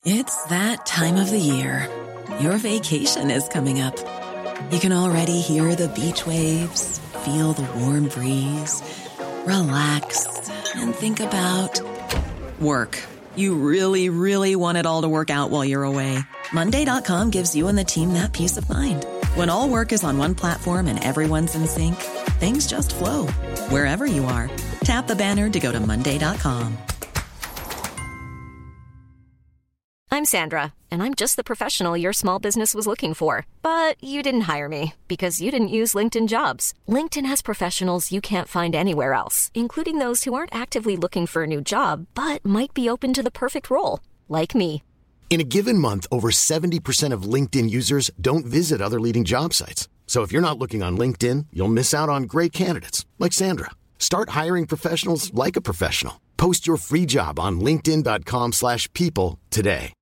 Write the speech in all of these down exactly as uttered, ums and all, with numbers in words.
It's that time of the year. Your vacation is coming up. You can already hear the beach waves, feel the warm breeze, relax, and think about work. You really, really want it all to work out while you're away. Monday dot com gives you and the team that peace of mind. When all work is on one platform and everyone's in sync, things just flow. Wherever you are, tap the banner to go to Monday dot com. I'm Sandra, and I'm just the professional your small business was looking for. But you didn't hire me because you didn't use LinkedIn Jobs. LinkedIn has professionals you can't find anywhere else, including those who aren't actively looking for a new job, but might be open to the perfect role, like me. In a given month, over seventy percent of LinkedIn users don't visit other leading job sites. So if you're not looking on LinkedIn, you'll miss out on great candidates like Sandra. Start hiring professionals like a professional. Post your free job on linkedin dot com slash people today.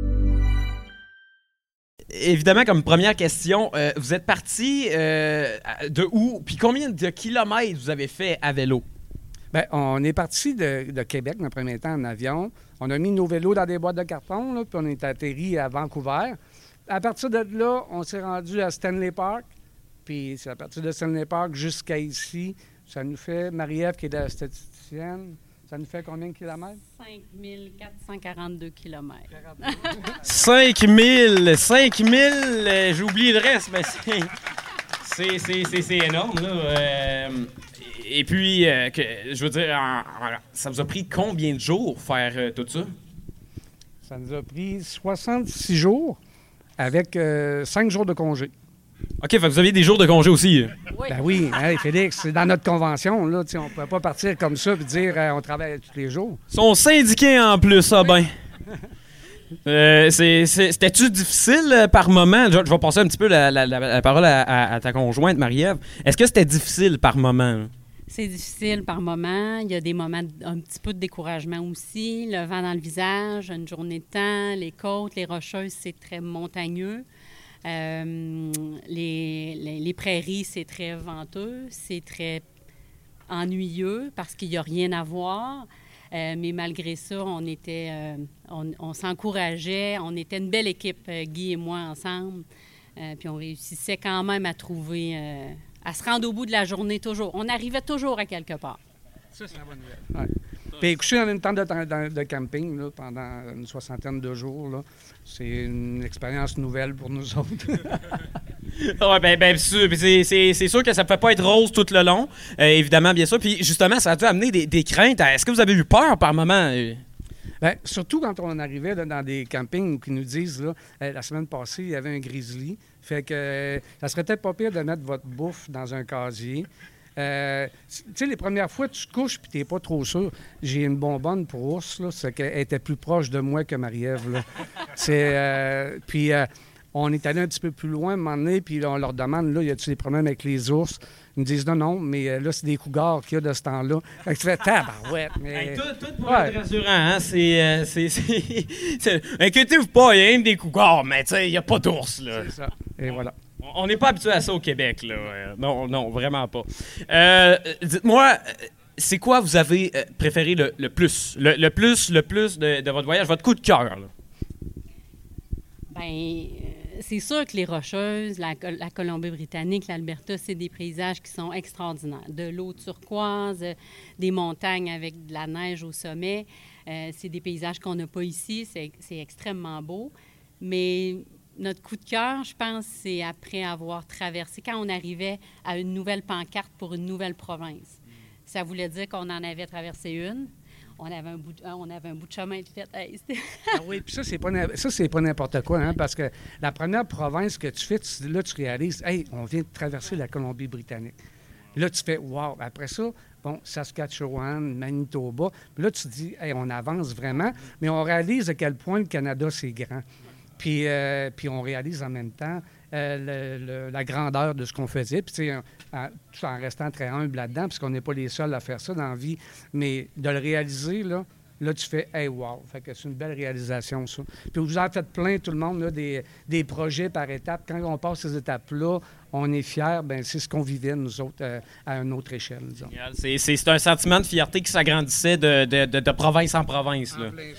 Évidemment, comme première question, euh, vous êtes parti euh, de où? Puis combien de kilomètres vous avez fait à vélo? Bien, on est parti de, de Québec, dans le premier temps, en avion. On a mis nos vélos dans des boîtes de carton, là, puis on est atterri à Vancouver. À partir de là, on s'est rendu à Stanley Park. Puis c'est à partir de Stanley Park jusqu'à ici. Ça nous fait, Marie-Ève, qui est la statisticienne, ça nous fait combien de kilomètres? cinq mille quatre cent quarante-deux kilomètres. cinq mille! cinq mille! Euh, j'ai oublié le reste, mais c'est, c'est, c'est, c'est, c'est énorme, là. Euh, et puis, euh, que, je veux dire, en, en, ça vous a pris combien de jours faire euh, tout ça? Ça nous a pris soixante-six jours avec euh, cinq jours de congé. OK, fait que vous aviez des jours de congé aussi. Oui. Ben oui, hey, Félix, c'est dans notre convention, là. On ne pouvait pas partir comme ça et dire euh, on travaille tous les jours. Ils sont syndiqués en plus, ça, oui. Ben. Euh, c'est, c'est, c'était-tu difficile euh, par moment? Je, je vais passer un petit peu la, la, la, la parole à, à, à ta conjointe, Marie-Ève. Est-ce que c'était difficile par moment? C'est difficile par moment. Il y a des moments un petit peu de découragement aussi. Le vent dans le visage, une journée de temps, les côtes, les rocheuses, c'est très montagneux. Euh, les, les, les prairies, c'est très venteux, c'est très ennuyeux parce qu'il n'y a rien à voir. Euh, mais malgré ça, on était, euh, on, on s'encourageait. On était une belle équipe, euh, Guy et moi, ensemble. Euh, puis on réussissait quand même à trouver, euh, à se rendre au bout de la journée toujours. On arrivait toujours à quelque part. Ça, c'est la bonne nouvelle. Ouais. Puis coucher dans une tente de, de, de camping là, pendant une soixantaine de jours, là, c'est une expérience nouvelle pour nous autres. Oui, bien, bien sûr. Puis c'est, c'est, c'est sûr que ça ne peut pas être rose tout le long, euh, évidemment, bien sûr. Puis justement, ça a dû amener des, des craintes. Est-ce que vous avez eu peur par moment? Bien, surtout quand on arrivait là, dans des campings qui nous disent, là, euh, la semaine passée, il y avait un grizzly. Fait que euh, ça serait peut-être pas pire de mettre votre bouffe dans un casier. Euh, tu sais, les premières fois, tu te couches puis t'es pas trop sûr. J'ai une bonbonne pour ours, là, c'est qu'elle était plus proche de moi que Marie-Ève, là. C'est... Euh, puis euh, on est allé un petit peu plus loin, à un moment donné, puis on leur demande, là, y a-tu des problèmes avec les ours? Ils nous disent non, non, mais euh, là, c'est des cougars qu'il y a de ce temps-là. Fait que tu fais tabarouette, mais... Hey, tout, tout pour ouais. être rassurant, hein? C'est... Euh, c'est, c'est, c'est... Inquiétez-vous pas, il y a même des cougars, mais tu sais, il n'y a pas d'ours, là. C'est ça, et voilà. On n'est pas habitué à ça au Québec, là. Euh, non, non, vraiment pas. Euh, dites-moi, c'est quoi vous avez préféré le, le plus? Le, le plus, le plus de, de votre voyage, votre coup de cœur, là? Bien, c'est sûr que les Rocheuses, la, la Colombie-Britannique, l'Alberta, c'est des paysages qui sont extraordinaires. De l'eau turquoise, des montagnes avec de la neige au sommet. Euh, c'est des paysages qu'on n'a pas ici. C'est, c'est extrêmement beau. Mais... notre coup de cœur, je pense, c'est après avoir traversé, quand on arrivait à une nouvelle pancarte pour une nouvelle province. Ça voulait dire qu'on en avait traversé une. On avait un bout de, on avait un bout de chemin de fait. Hey, ah oui, puis ça, c'est pas, ça, c'est pas n'importe quoi, hein, parce que la première province que tu fais, tu, là, tu réalises, hey, on vient de traverser la Colombie-Britannique. Là, tu fais, wow. Après ça, bon, Saskatchewan, Manitoba. Puis là, tu te dis, hey, on avance vraiment, mais on réalise à quel point le Canada, c'est grand. Puis, euh, puis on réalise en même temps euh, le, le, la grandeur de ce qu'on faisait. Puis, tu sais, en, tout en restant très humble là-dedans, puisqu'on n'est pas les seuls à faire ça dans la vie. Mais de le réaliser, là, là tu fais « hey, wow ». Fait que c'est une belle réalisation, ça. Puis vous en faites plein, tout le monde, là, des, des projets par étapes. Quand on passe ces étapes-là, on est fiers. Bien, c'est ce qu'on vivait, nous autres, euh, à une autre échelle, disons. C'est, c'est, c'est un sentiment de fierté qui s'agrandissait de, de, de, de province en province, là. En plein ça.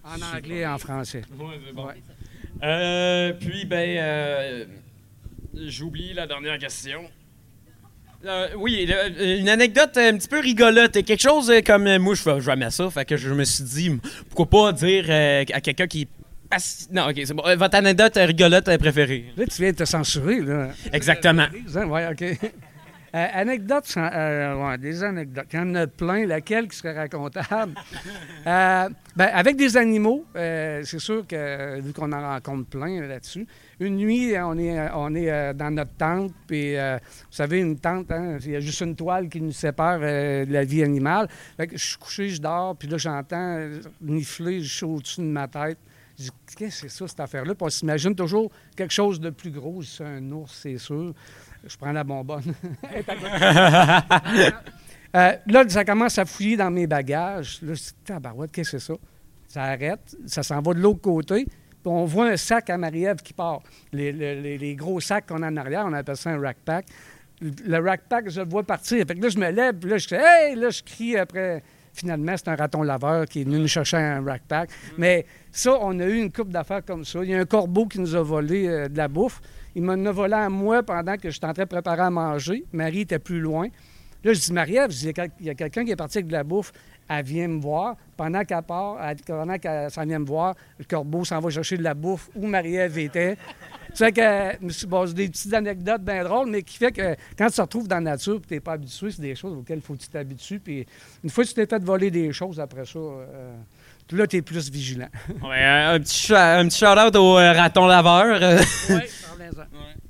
En anglais et en français. Oui, c'est bon. Ouais. Euh, puis, ben, euh, j'oublie la dernière question. Euh, oui, le- une anecdote un petit peu rigolote. Quelque chose euh, comme... euh, moi, je fais jamais ça. Fait que je me suis dit, pourquoi pas dire euh, à quelqu'un qui... Assi- non, OK, c'est bon. Euh, votre anecdote euh, rigolote euh, préférée. Là, tu viens de te censurer, là. Exactement. Oui, OK. Euh, anecdotes, sans- euh, ouais, des anecdotes. Il y en a plein. Laquelle qui serait racontable? Euh, ben, avec des animaux, euh, c'est sûr que, vu qu'on en rencontre plein euh, là-dessus, une nuit, on est, euh, on est euh, dans notre tente, puis euh, vous savez, une tente, hein, il y a juste une toile qui nous sépare euh, de la vie animale. Fait que je suis couché, je dors, puis là, j'entends euh, nifler, je suis au-dessus de ma tête. Je dis, qu'est-ce que c'est ça, cette affaire-là? Puis on s'imagine toujours quelque chose de plus gros. Je dis, c'est un ours, c'est sûr. Je prends la bonbonne. euh, là, ça commence à fouiller dans mes bagages. Là, je dis, tabarouette, qu'est-ce que c'est ça? Ça arrête, ça s'en va de l'autre côté. Puis on voit un sac à Marie-Ève qui part. Les, les- les gros sacs qu'on a en arrière, on appelle ça un rack pack. Le rack pack, je le vois partir. Fait que là, je me lève, puis là, je dis, hey! Là, je crie après. Finalement, c'est un raton laveur qui est venu nous chercher un rack pack. Mais ça, on a eu une couple d'affaires comme ça. Il y a un corbeau qui nous a volé euh, de la bouffe. Il m'en a volé à moi pendant que j'étais en train de préparer à manger. Marie était plus loin. Là, je dis, Marie-Ève, je dis, il y a quel- il y a quelqu'un qui est parti avec de la bouffe. Elle vient me voir. Pendant qu'elle part, elle- pendant qu'elle s'en vient me voir, le corbeau s'en va chercher de la bouffe où Marie-Ève était. C'est que euh, je me suis basé des petites anecdotes bien drôles, mais qui fait que quand tu te retrouves dans la nature et tu n'es pas habitué, c'est des choses auxquelles il faut que tu t'habitues. Puis une fois que tu t'es fait voler des choses, après ça, euh, là, tu es plus vigilant. Ouais, un petit, sh- un petit shout-out au euh, raton laveur. euh. Oui, parlez-en.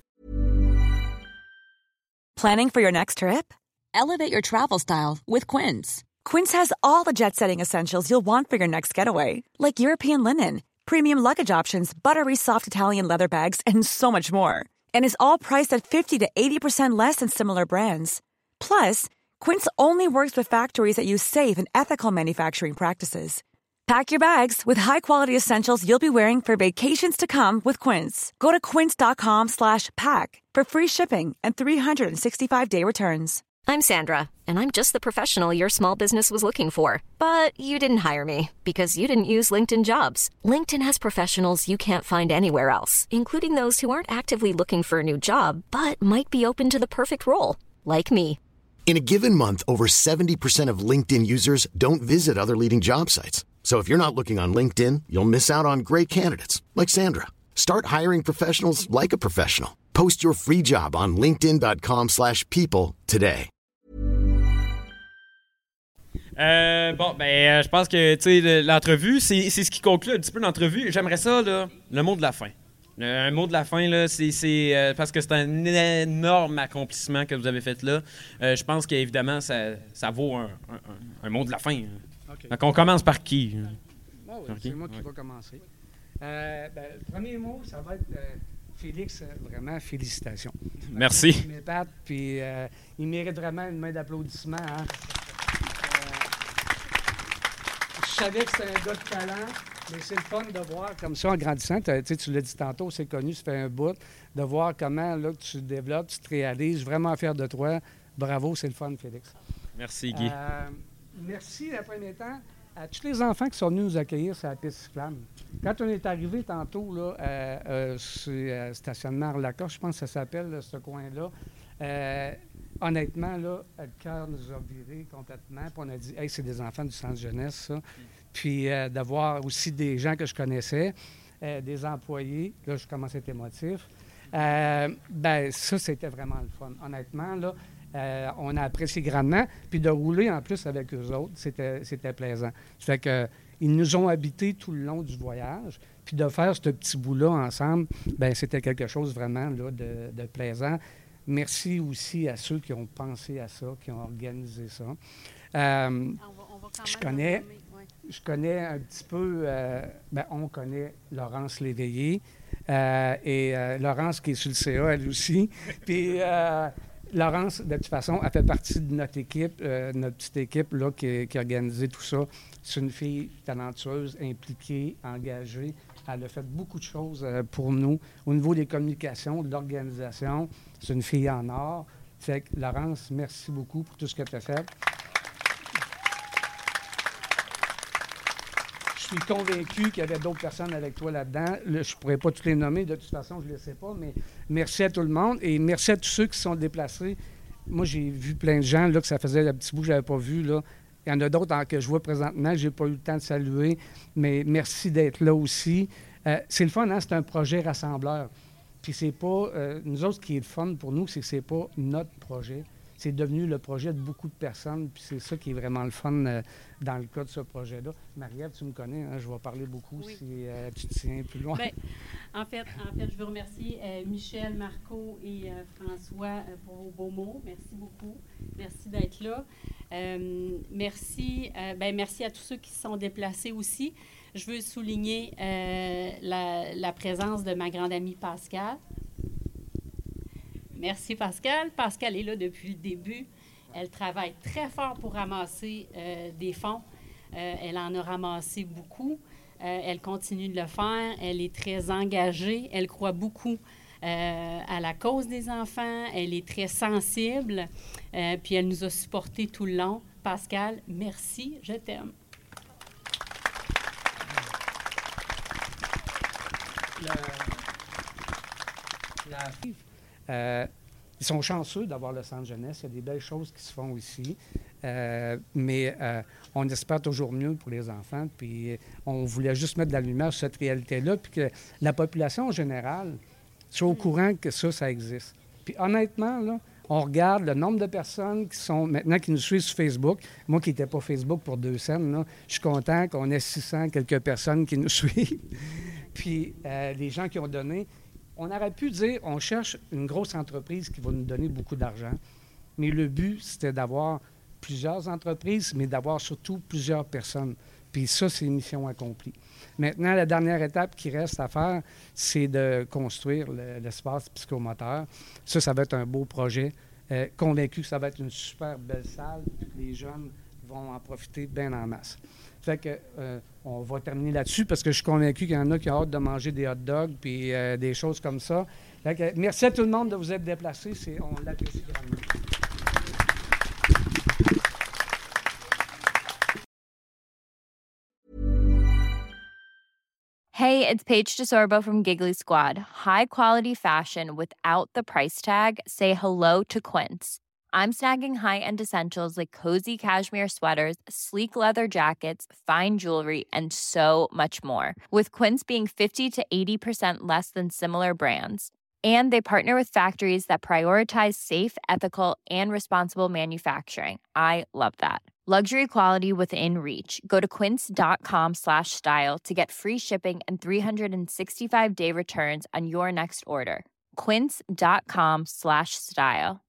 Planning for your next trip? Elevate your travel style with Quince. Quince has all the jet-setting essentials you'll want for your next getaway, like European linen, premium luggage options, buttery soft Italian leather bags, and so much more. And is all priced at fifty to eighty percent less than similar brands. Plus, Quince only works with factories that use safe and ethical manufacturing practices. Pack your bags with high-quality essentials you'll be wearing for vacations to come with Quince. Go to quince.com slash pack for free shipping and three sixty-five day returns. I'm Sandra, and I'm just the professional your small business was looking for. But you didn't hire me because you didn't use LinkedIn Jobs. LinkedIn has professionals you can't find anywhere else, including those who aren't actively looking for a new job, but might be open to the perfect role, like me. In a given month, over seventy percent of LinkedIn users don't visit other leading job sites. So if you're not looking on LinkedIn, you'll miss out on great candidates like Sandra. Start hiring professionals like a professional. Post your free job on linkedin.com slash people today. Euh, bon, ben, euh, je pense que, tu sais, le- l'entrevue, c'est c'est ce qui conclut un petit peu l'entrevue. J'aimerais ça, là, le mot de la fin. Le, un mot de la fin, là, c'est c'est, euh, parce que c'est un énorme accomplissement que vous avez fait là. Euh, je pense qu'évidemment, ça, ça vaut un, un- un- un mot de la fin. OK. Donc, on commence par qui? Ah oui, OK. c'est moi qui Ouais. va commencer. Euh, ben, le premier mot, ça va être euh, Félix, euh, vraiment, félicitations. Merci. Il m'épate, puis euh, il mérite vraiment une main d'applaudissement. Hein. Euh, je savais que c'était un gars de talent, mais c'est le fun de voir comme ça en grandissant. T'as- Tu sais, tu l'as dit tantôt, c'est connu, ça fait un bout, de voir comment là, tu te développes, tu te réalises. Je suis vraiment fier de toi. Bravo, c'est le fun, Félix. Merci, Guy. Euh, merci, le premier temps, à tous les enfants qui sont venus nous accueillir sur la piste cyclable. Quand on est arrivé tantôt, là, euh, euh, sur euh, stationnement Arlaca, je pense que ça s'appelle, là, ce coin-là, euh, honnêtement, là, le cœur nous a viré complètement. Puis on a dit, hey, c'est des enfants du centre jeunesse, ça. Puis euh, de voir aussi des gens que je connaissais, euh, des employés, là, je commence à être émotif. Euh, ben ça, c'était vraiment le fun. Honnêtement, là, euh, on a apprécié grandement. Puis de rouler en plus avec eux autres, c'était, c'était plaisant. Ça fait que ils nous ont habités tout le long du voyage. Puis de faire ce petit bout-là ensemble, ben c'était quelque chose vraiment là, de, de plaisant. Merci aussi à ceux qui ont pensé à ça, qui ont organisé ça. Euh, je connais, je connais un petit peu, euh, ben, on connaît Laurence Léveillé euh, et euh, Laurence qui est sur le C A, elle aussi. Puis euh, Laurence, de toute façon, elle fait partie de notre équipe, euh, notre petite équipe là, qui, qui a organisé tout ça. C'est une fille talentueuse, impliquée, engagée. Elle a fait beaucoup de choses euh, pour nous au niveau des communications, de l'organisation. C'est une fille en or. Fait que, Laurence, merci beaucoup pour tout ce que tu as fait. Je je suis convaincu qu'il y avait d'autres personnes avec toi là-dedans. Là, je ne pourrais pas tous les nommer, de toute façon, je ne le sais pas, mais merci à tout le monde et merci à tous ceux qui se sont déplacés. Moi, j'ai vu plein de gens là, que ça faisait un petit bout que je n'avais pas vu. Là. Il y en a d'autres hein, que je vois présentement que je n'ai pas eu le temps de saluer, mais merci d'être là aussi. Euh, c'est le fun, hein? C'est un projet rassembleur. Puis c'est pas... Euh, nous autres, ce qui est le fun pour nous, c'est que c'est pas notre projet. C'est devenu le projet de beaucoup de personnes, puis c'est ça qui est vraiment le fun euh, dans le cas de ce projet-là. Marie-Ève, tu me connais, hein, je vais parler beaucoup oui. si euh, tu te tiens plus loin. Bien, en fait, en fait, je veux remercier euh, Michel, Marco et euh, François euh, pour vos beaux mots. Merci beaucoup. Merci d'être là. Euh, merci, euh, ben, merci à tous ceux qui se sont déplacés aussi. Je veux souligner euh, la, la présence de ma grande amie Pascale. Merci, Pascale. Pascale est là depuis le début. Elle travaille très fort pour ramasser euh, des fonds. Euh, elle en a ramassé beaucoup. Euh, elle continue de le faire. Elle est très engagée. Elle croit beaucoup euh, à la cause des enfants. Elle est très sensible. Euh, puis elle nous a supportés tout le long. Pascale, merci. Je t'aime. La... La... Euh, ils sont chanceux d'avoir le centre jeunesse. Il y a des belles choses qui se font ici. Euh, mais euh, on espère toujours mieux pour les enfants. Puis on voulait juste mettre de la lumière sur cette réalité-là, puis que la population en général soit au courant que ça, ça existe. Puis honnêtement, là, on regarde le nombre de personnes qui sont maintenant qui nous suivent sur Facebook. Moi qui n'étais pas Facebook pour deux scènes, là, je suis content qu'on ait six cents quelques personnes qui nous suivent. Puis euh, les gens qui ont donné... On aurait pu dire, on cherche une grosse entreprise qui va nous donner beaucoup d'argent, mais le but, c'était d'avoir plusieurs entreprises, mais d'avoir surtout plusieurs personnes. Puis ça, c'est une mission accomplie. Maintenant, la dernière étape qui reste à faire, c'est de construire le, l'espace psychomoteur. Ça, ça va être un beau projet. Euh, convaincu que ça va être une super belle salle, puis que les jeunes vont en profiter bien en masse. Fait que, euh, on va terminer là-dessus parce que je suis convaincu qu'il y en a qui ont hâte de manger des hot dogs puis euh, des choses comme ça. Fait que, merci à tout le monde de vous être déplacés. C'est, on l'apprécie grandement. Hey, it's Paige DeSorbo from Giggly Squad. High quality fashion without the price tag. Say hello to Quince. I'm snagging high-end essentials like cozy cashmere sweaters, sleek leather jackets, fine jewelry, and so much more. With Quince being fifty to eighty percent less than similar brands. And they partner with factories that prioritize safe, ethical, and responsible manufacturing. I love that. Luxury quality within reach. Go to quince.com slash style to get free shipping and three sixty-five day returns on your next order. Quince.com slash style.